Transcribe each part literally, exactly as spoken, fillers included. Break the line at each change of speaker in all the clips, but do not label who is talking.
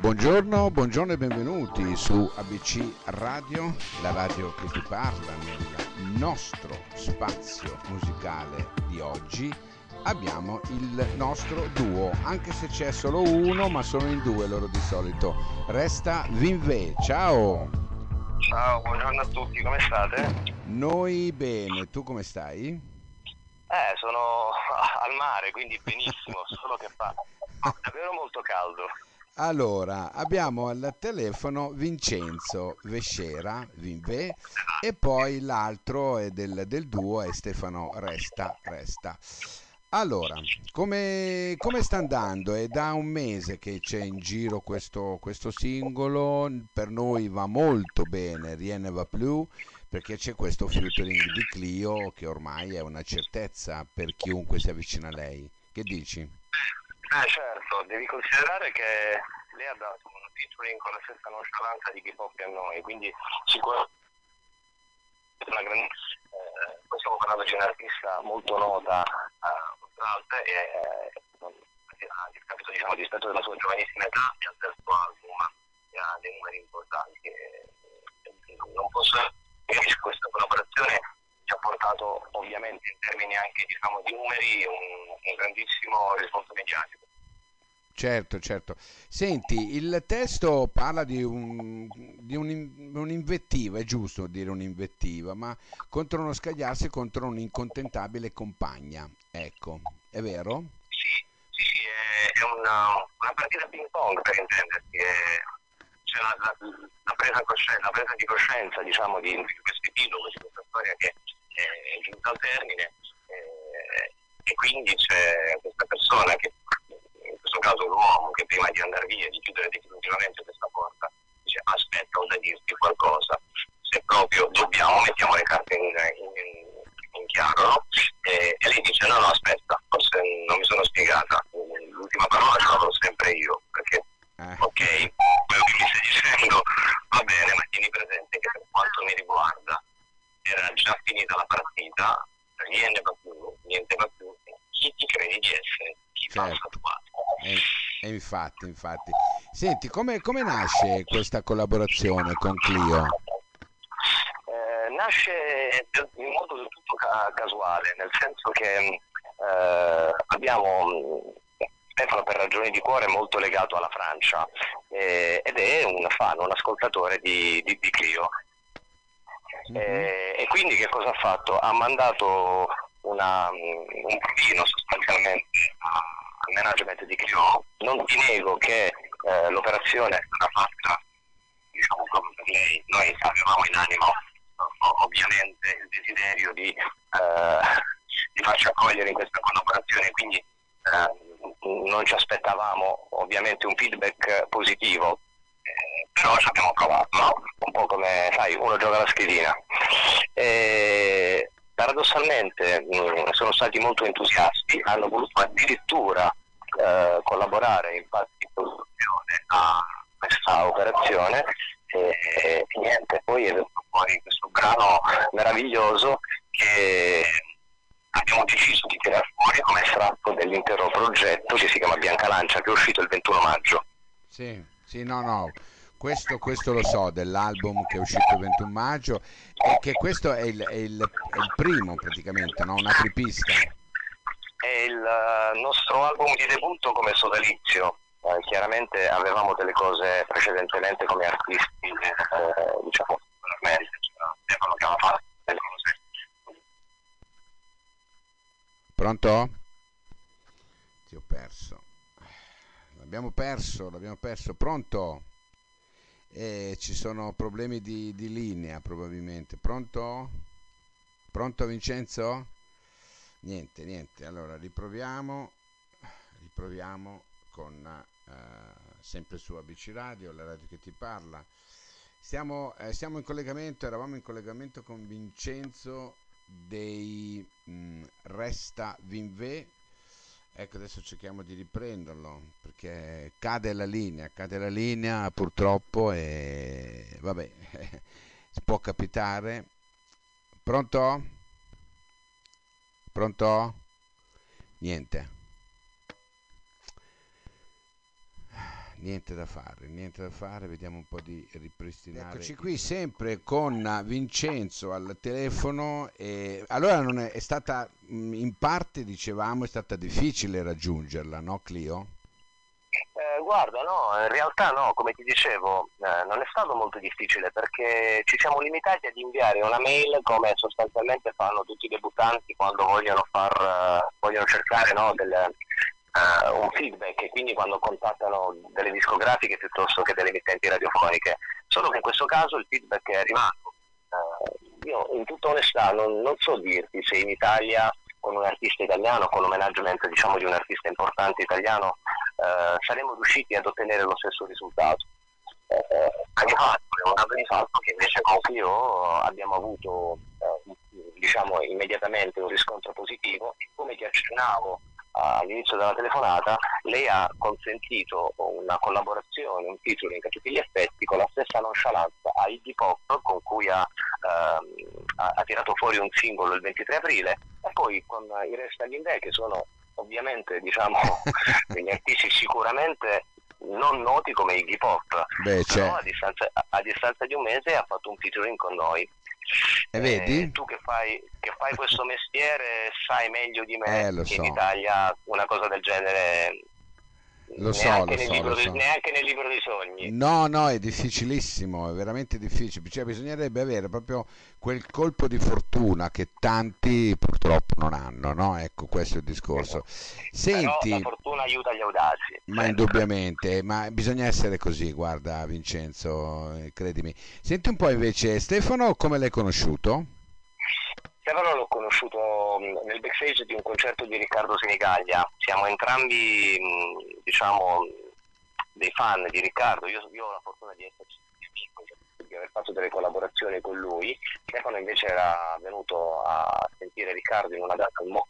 Buongiorno, buongiorno e benvenuti su A B C Radio, la radio che ti parla. Nel nostro spazio musicale di oggi abbiamo il nostro duo, anche se c'è solo uno, ma sono in due loro di solito. Resta Vinvé, ciao!
Ciao, buongiorno a tutti, come state?
Noi bene, tu come stai?
Eh, sono al mare, quindi benissimo, solo che fa davvero molto caldo.
Allora, abbiamo al telefono Vincenzo Vescera, Vinvé, e poi l'altro è del, del duo è Stefano Resta, Resta. Allora, come, come sta andando? È da un mese che c'è in giro questo, questo singolo, per noi va molto bene, Rien ne va plus, perché c'è questo featuring di Clio che ormai è una certezza per chiunque si avvicina a lei. Che dici?
Eh, certo, devi considerare che lei ha dato un featuring con la stessa nonchalance di K-pop che a noi, quindi sicuramente una grande... Eh, poi stiamo parlando di un'artista molto nota eh, e eh, a discapito diciamo, rispetto della sua giovanissima età e al terzo album che ha dei numeri importanti. E, e non posso dire che questa collaborazione ci ha portato ovviamente in termini anche diciamo, di numeri un, un grandissimo risvolto mediatico.
Certo, certo. Senti, il testo parla di, un, di un- un'invettiva, è giusto dire un'invettiva, ma contro uno scagliarsi contro un'incontentabile compagna. Ecco, è vero?
Sì, sì, sì, è, è una, una partita ping pong per intendersi, è, c'è la, la, la presa coscienza, la presa di coscienza diciamo di, di questo epilogo, di questa storia che è giunta al termine eh, e quindi c'è questa persona che in questo caso l'uomo che prima di andare via, di chiudere definitivamente questa porta, dice aspetta ho da dirti qualcosa, se proprio dobbiamo mettiamo le carte in, in, in chiaro, no? E, e lei dice no no aspetta, forse non mi sono spiegata, l'ultima parola ce l'avrò sempre io, perché
Eh.
ok, quello che mi stai dicendo va bene, ma tieni presente che per quanto mi riguarda era già finita la partita, niente va più, niente va più, chi ti credi di essere, chi passa
Certo.
attuato.
E, e infatti, infatti. Senti, come, come nasce questa collaborazione con Clio?
Eh, nasce in modo del tutto ca- casuale, nel senso che eh, abbiamo mh, Stefano per ragioni di cuore è molto legato alla Francia eh, ed è un fan, un ascoltatore di, di, di Clio.
Mhm.
Eh, e quindi che cosa ha fatto? Ha mandato una, un provino sostanzialmente al management di Clio. Non ti nego che eh, l'operazione è stata fatta diciamo proprio per lei. Noi avevamo in animo o- ovviamente il desiderio di, eh, di farci accogliere in questa collaborazione, quindi eh, non ci aspettavamo ovviamente un feedback positivo, eh, però ci abbiamo provato, no? Un po' come, sai, uno gioca alla schedina. E paradossalmente mh, sono stati molto entusiasti, hanno voluto addirittura eh, collaborare in parte di produzione a questa operazione e, e niente, poi è venuto fuori questo brano meraviglioso che abbiamo deciso di tirare fuori come estratto dell'intero progetto che si chiama Biancalancia, che è uscito il ventuno maggio.
Sì, sì, no, no, questo, questo lo so dell'album che è uscito il ventuno maggio e che questo è il, è il- è il primo praticamente, no? Un apripista.
È il eh, nostro album di debutto come sodalizio. Eh, chiaramente avevamo delle cose precedentemente come artisti, eh, diciamo, regolarmente, cioè, Stefano che aveva fatto delle cose.
Pronto? Ti ho perso. L'abbiamo perso, l'abbiamo perso. Pronto? Eh, ci sono problemi di, di linea probabilmente. Pronto? Pronto Vincenzo? Niente, niente. Allora riproviamo, riproviamo con eh, sempre su A B C Radio, la radio che ti parla. Stiamo, eh, siamo in collegamento, eravamo in collegamento con Vincenzo dei mh, Resta Vinvé. Ecco, adesso cerchiamo di riprenderlo perché cade la linea, cade la linea purtroppo e vabbè, si può capitare. Pronto? Pronto? Niente, Niente da fare, niente da fare, vediamo un po' di ripristinare. Eccoci qui sempre con Vincenzo al telefono. E allora non è, è stata in parte, dicevamo, è stata difficile raggiungerla, no Clio?
Eh, guarda, no, in realtà no, come ti dicevo, eh, non è stato molto difficile perché ci siamo limitati ad inviare una mail come sostanzialmente fanno tutti i debuttanti quando vogliono far, uh, vogliono cercare, no, del, uh, un feedback, e quindi quando contattano delle discografiche piuttosto che delle emittenti radiofoniche. Solo che in questo caso il feedback è arrivato. Uh, io in tutta onestà non, non so dirti se in Italia con un artista italiano, con un management diciamo di un artista importante italiano, eh, saremmo riusciti ad ottenere lo stesso risultato. Eh, anche fatto, è un dato di fatto che invece con Clio abbiamo avuto eh, diciamo immediatamente un riscontro positivo, e come ti accennavo all'inizio della telefonata, lei ha consentito una collaborazione, un featuring a tutti gli effetti con la stessa nonchalance a Iggy Pop, con cui ha, ehm, ha, ha tirato fuori un singolo il ventitré aprile, e poi con i Restaging Day, che sono ovviamente diciamo degli artisti sicuramente non noti come Iggy Pop.
Beh,
però a distanza, a, a distanza di un mese ha fatto un featuring con noi.
E vedi?
Eh, tu che fai, che fai questo mestiere sai meglio di me
Eh, lo
che
so.
in Italia una cosa del genere
Lo so,
neanche,
lo
nel
so,
libro
lo
di-
so.
neanche nel libro dei sogni.
No, no, è difficilissimo, è veramente difficile. Cioè, bisognerebbe avere proprio quel colpo di fortuna che tanti purtroppo non hanno, no? Ecco, questo è il discorso.
Però la
Senti,
fortuna aiuta gli audaci,
ma
sempre.
indubbiamente, ma bisogna essere così, guarda Vincenzo, eh, credimi. Senti un po' invece, Stefano, come l'hai conosciuto?
Stefano l'ho conosciuto mh, nel backstage di un concerto di Riccardo Senigallia. Siamo entrambi, mh, diciamo, dei fan di Riccardo. Io, io ho la fortuna di esserci, di aver fatto delle collaborazioni con lui. Stefano invece era venuto a sentire Riccardo in una data mo-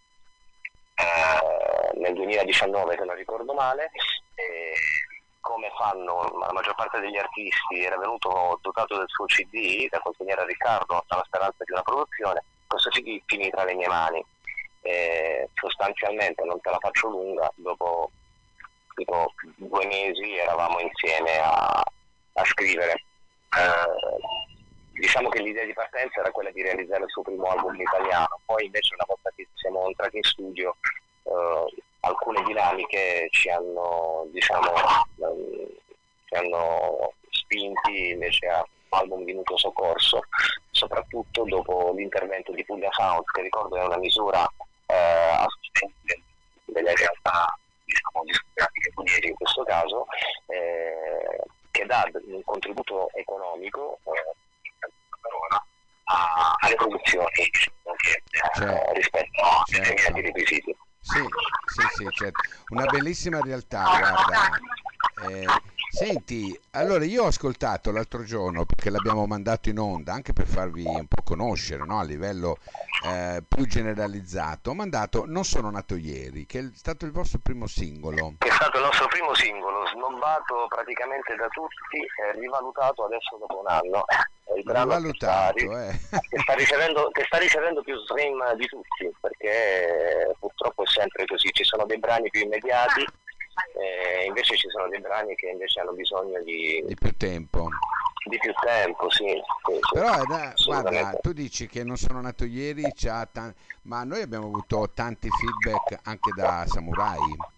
eh, nel duemiladiciannove, se non ricordo male. E come fanno la maggior parte degli artisti, era venuto dotato del suo C D da consegnare a Riccardo alla speranza di una produzione. Questo C D finì tra le mie mani, e sostanzialmente, non te la faccio lunga, dopo tipo due mesi eravamo insieme a, a scrivere. Eh, diciamo che l'idea di partenza era quella di realizzare il suo primo album in italiano, poi invece una volta che siamo entrati in studio eh, alcune dinamiche ci hanno, diciamo, ehm, ci hanno spinti invece a un album di mutuo soccorso, soprattutto dopo l'intervento di Puglia Sound, che ricordo è una misura eh, a sostegno delle realtà, diciamo, discografiche pugliesi in questo caso, eh, che dà un contributo economico eh, per ora a- alle produzioni, diciamo, che, eh,
Certo,
rispetto a
certo.
determinati requisiti.
Sì, sì, sì, certo. Una bellissima realtà, guarda. Eh, senti, allora io ho ascoltato l'altro giorno, perché l'abbiamo mandato in onda, anche per farvi un po' conoscere, no, a livello eh, più generalizzato, ho mandato Non sono nato ieri, che è stato il vostro primo singolo.
Che è stato il nostro primo singolo, snobbato praticamente da tutti e rivalutato adesso dopo un anno. È il brano che sta, ri-
Rivalutato, eh.
che sta ricevendo, che sta ricevendo più stream di tutti, perché purtroppo è sempre così, ci sono dei brani più immediati, e invece ci sono dei brani che invece hanno bisogno di,
Di più tempo.
di più tempo, sì, sì, sì,
Però eh, guarda,
assolutamente.
tu dici che Non sono nato ieri, c'ha tan- ma noi abbiamo avuto tanti feedback anche da Samurai.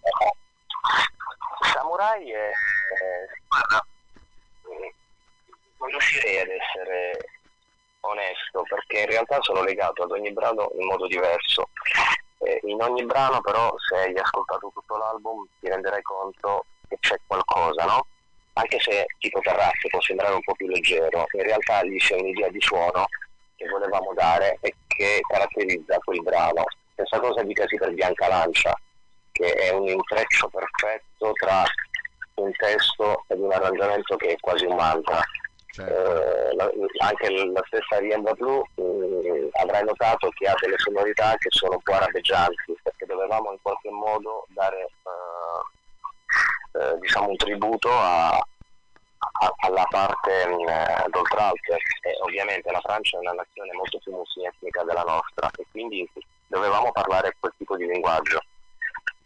Samurai è... guarda, non riuscirei ad essere onesto, perché in realtà sono legato ad ogni brano in modo diverso. Eh, in ogni brano però, se hai ascoltato tutto l'album, ti renderai conto che c'è qualcosa, no? Anche se tipo Terrazze può sembrare un po' più leggero, in realtà lì c'è un'idea di suono che volevamo dare e che caratterizza quel brano. Stessa cosa dicasi per Bianca Lancia, che è un intreccio perfetto tra un testo ed un arrangiamento che è quasi un mantra.
Certo.
Eh, la- anche la stessa Riemba Blu mh, avrai notato che ha delle sonorità che sono un po' arabeggianti, perché dovevamo in qualche modo dare eh, eh, diciamo un tributo a, a- alla parte mh, d'oltralpe, e ovviamente la Francia è una nazione molto più multietnica della nostra, e quindi dovevamo parlare quel tipo di linguaggio.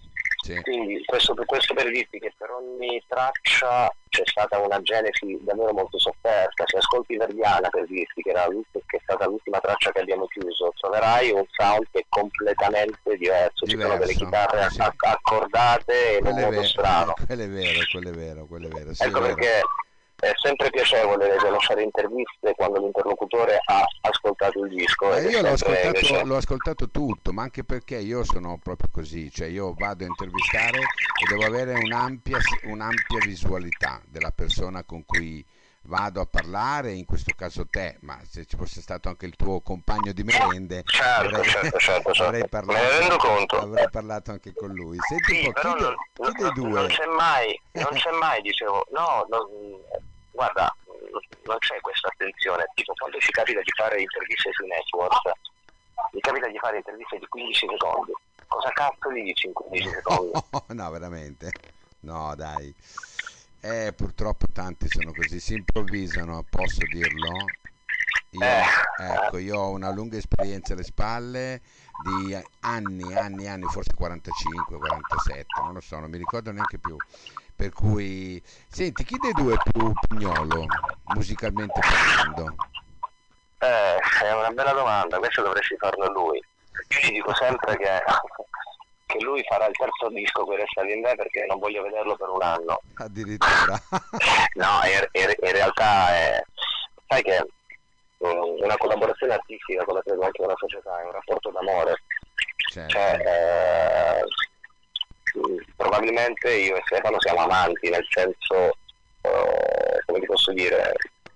Sì.
Quindi questo, questo per dirti che per ogni traccia c'è stata una genesi davvero molto sofferta. Se ascolti Verdiana, per dirti che, era che è stata l'ultima traccia che abbiamo chiuso, troverai un sound che è completamente diverso, ci sono delle chitarre
sì.
accordate in un modo
vero,
strano.
Quello è vero, quello è vero, quello è vero. Sì,
ecco
è vero.
Perché è sempre piacevole lasciare interviste quando l'interlocutore ha ascoltato il disco.
Ma io l'ho ascoltato,
invece...
l'ho ascoltato tutto, ma anche perché io sono proprio così, cioè io vado a intervistare e devo avere un'ampia, un'ampia visualità della persona con cui vado a parlare, in questo caso te, ma se ci fosse stato anche il tuo compagno di merende,
certo,
avrei,
certo, certo, certo.
avrei, parlato,
Me ne rendo conto.
avrei parlato anche con lui. Senti
sì,
un po', chi,
non,
de, chi dei due?
Non c'è mai, non c'è mai, dicevo, no, non, guarda, non c'è questa attenzione. Tipo, quando ci capita di fare interviste sui network, mi capita di fare interviste di quindici secondi. Cosa cazzo gli dici in quindici secondi?
No, veramente? No, dai. Eh, purtroppo tanti sono così, si improvvisano, posso dirlo. Io,
eh,
ecco, io ho una lunga esperienza alle spalle di anni, anni, anni, forse quarantacinque, quarantasette, non lo so, non mi ricordo neanche più. Per cui, senti, chi dei due è più pignolo, musicalmente parlando?
Eh, è una bella domanda, questo dovresti farlo a lui. Io gli dico sempre che, che lui farà il terzo disco che resta di me perché non voglio vederlo per un anno.
Addirittura.
No, in, in, in realtà è, sai che una collaborazione artistica, come credo anche una società, è un rapporto d'amore.
Certo.
Cioè, eh, probabilmente io e Stefano siamo amanti, nel senso, eh, come ti posso dire,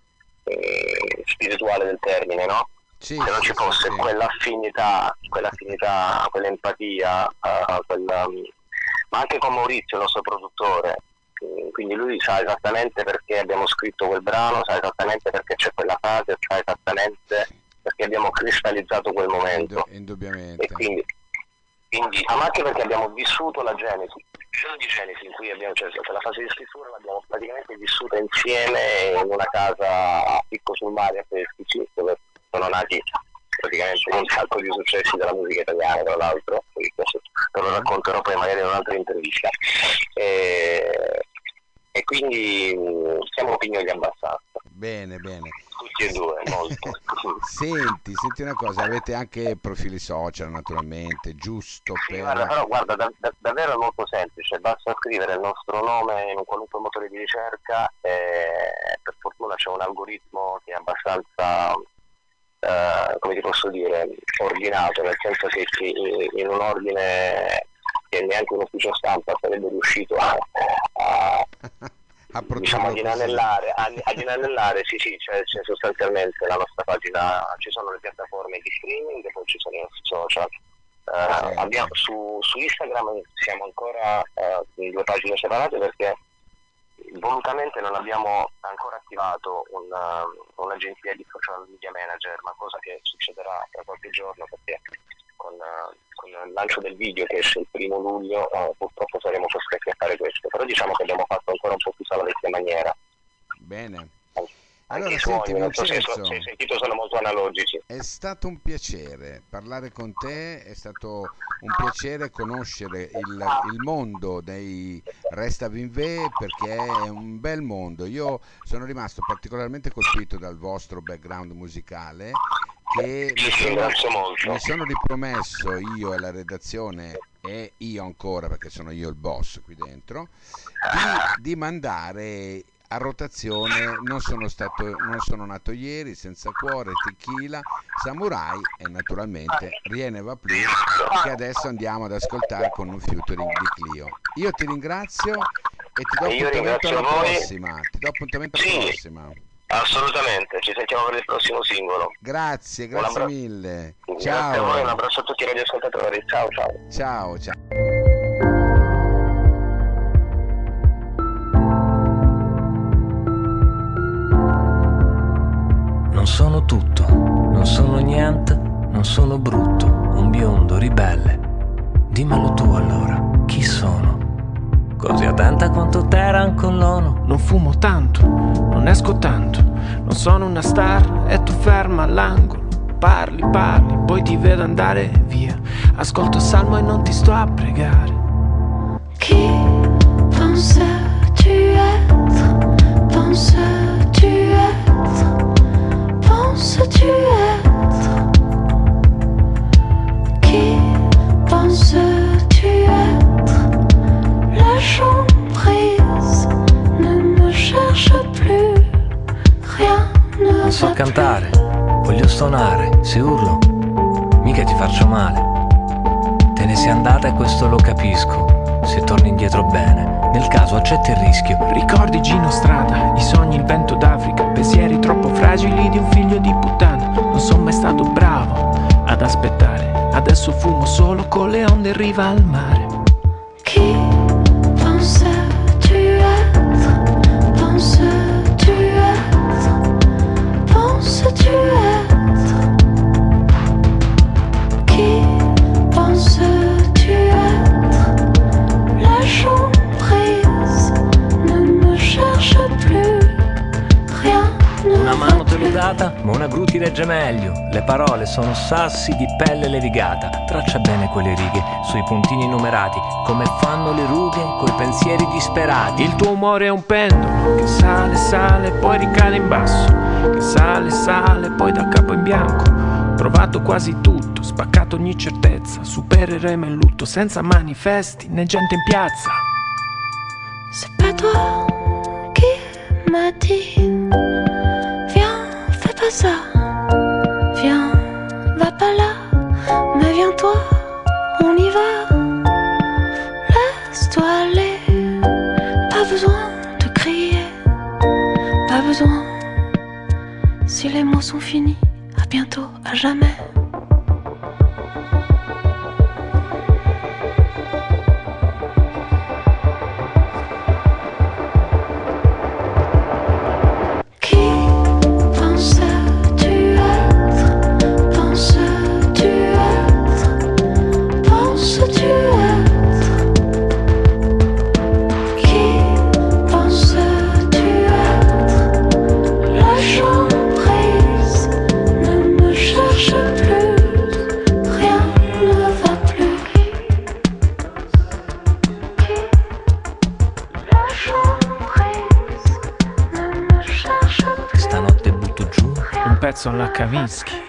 eh, spirituale del termine, no?
Sì,
se non
sì,
ci fosse
sì,
quell'affinità, quell'affinità, quell'empatia, uh, quella, ma anche con Maurizio, il nostro produttore, quindi lui sa esattamente perché abbiamo scritto quel brano, sa esattamente perché c'è quella fase, sa esattamente perché abbiamo cristallizzato quel momento.
Indubbiamente.
E quindi, quindi, ma anche perché abbiamo vissuto la genesi, il periodo di genesi in cui abbiamo, cioè la fase di scrittura l'abbiamo praticamente vissuta insieme in una casa a Picco sul Mare a Peschici, dove sono nati praticamente un sacco di successi della musica italiana, tra l'altro, questo te lo racconterò poi magari in un'altra intervista. E, e quindi siamo pignoli abbastanza.
Bene, bene.
Tutti e due, molto.
Senti, senti una cosa, avete anche profili social naturalmente, giusto?
Sì,
per...
guarda, però guarda, da, da, davvero è molto semplice, basta scrivere il nostro nome in un qualunque motore di ricerca e per fortuna c'è un algoritmo che è abbastanza... Uh, come ti posso dire, ordinato, nel senso che in, in un ordine che neanche un ufficio stampa sarebbe riuscito a, a,
a
diciamo ad inanellare, a, ad inanellare sì sì, c'è, c'è sostanzialmente la nostra pagina, ci sono le piattaforme di streaming, poi ci sono i nostri social. Uh,
certo.
abbiamo, su, su Instagram siamo ancora uh, in due pagine separate perché volutamente non abbiamo ancora attivato una, un'agenzia di social media manager, ma cosa che succederà tra qualche giorno perché con, con il lancio del video che esce il primo luglio eh, purtroppo saremo costretti a fare questo, però diciamo che abbiamo fatto ancora un po' più alla vecchia maniera.
Bene.
Anche
allora,
i suoni,
senti,
non so se
Vincenzo,
hai sentito, sono molto analogici.
È stato un piacere parlare con te, è stato un piacere conoscere il, il mondo dei Resta Vinvé perché è un bel mondo. Io sono rimasto particolarmente colpito dal vostro background musicale che mi sono, mi sono ripromesso io e la redazione e io ancora perché sono io il boss qui dentro di, di mandare a rotazione non sono stato non sono nato ieri, Senza Cuore, Tequila, Samurai e naturalmente Rien ne va plus che adesso andiamo ad ascoltare con un featuring di Clio. Io ti ringrazio e ti do appuntamento alla prossima. Ti do appuntamento alla
sì,
prossima.
Assolutamente, ci sentiamo per il prossimo singolo.
Grazie, grazie
abbra-
mille.
Grazie
ciao.
a voi, un abbraccio a tutti i radioascoltatori. Ciao ciao.
Ciao ciao.
Non sono tutto, non sono niente, non sono brutto, un biondo ribelle. Dimmelo tu allora, chi sono? Così attenta quanto Teran con l'Ono.
Non fumo tanto, non esco tanto, non sono una star e tu ferma all'angolo. Parli, parli, poi ti vedo andare via. Ascolto salmo e non ti sto a pregare.
Qui penses-tu être? Penses-tu être? Penses-tu être? Qui penses-tu être? Lâchons prise, ne me cherche plus, rien ne
Non so
va
cantare, voglio suonare, se urlo, mica ti faccio male. Te ne sei andata e questo lo capisco, se torni indietro bene, nel caso accetti il rischio.
Ricordi Gino Strada, i sogni, il vento d'Africa, pensieri troppo fragili di un figlio di puttana. Non sono mai stato bravo ad aspettare, adesso fumo solo con le onde in riva al mare.
Qui penses-tu être? Penses-tu être? Penses-tu être? Qui penses-tu être? Lâchons prise, ne me cherche plus, rien ne
Una
va
mano te l'ho
plus.
data, ma una gru ti regge meglio. Le parole sono sassi di pelle levigata. Traccia bene quelle righe sui puntini numerati, come fanno le rughe coi pensieri disperati.
Il tuo umore è un pendolo che sale, sale, poi ricade in basso, che sale, sale, poi da capo in bianco. Provato quasi tutto, spaccato ogni certezza, supereremo il lutto senza manifesti né gente in piazza.
C'est pas toi qui m'as dit, viens, fais pas ça, viens, va pas là, mais viens toi, on y va, laisse-toi aller, pas besoin de crier, pas besoin, si les mots sont finis, à bientôt, à jamais. Qui penses-tu être? Penses-tu être? Penses-tu être? Qui penses-tu être? Lâchons prise, ne me cherche plus, rien ne va plus. Qui lâchons prise, ne me cherche plus.
Stanotte butto giù
Un pezzo alla Kavinsky.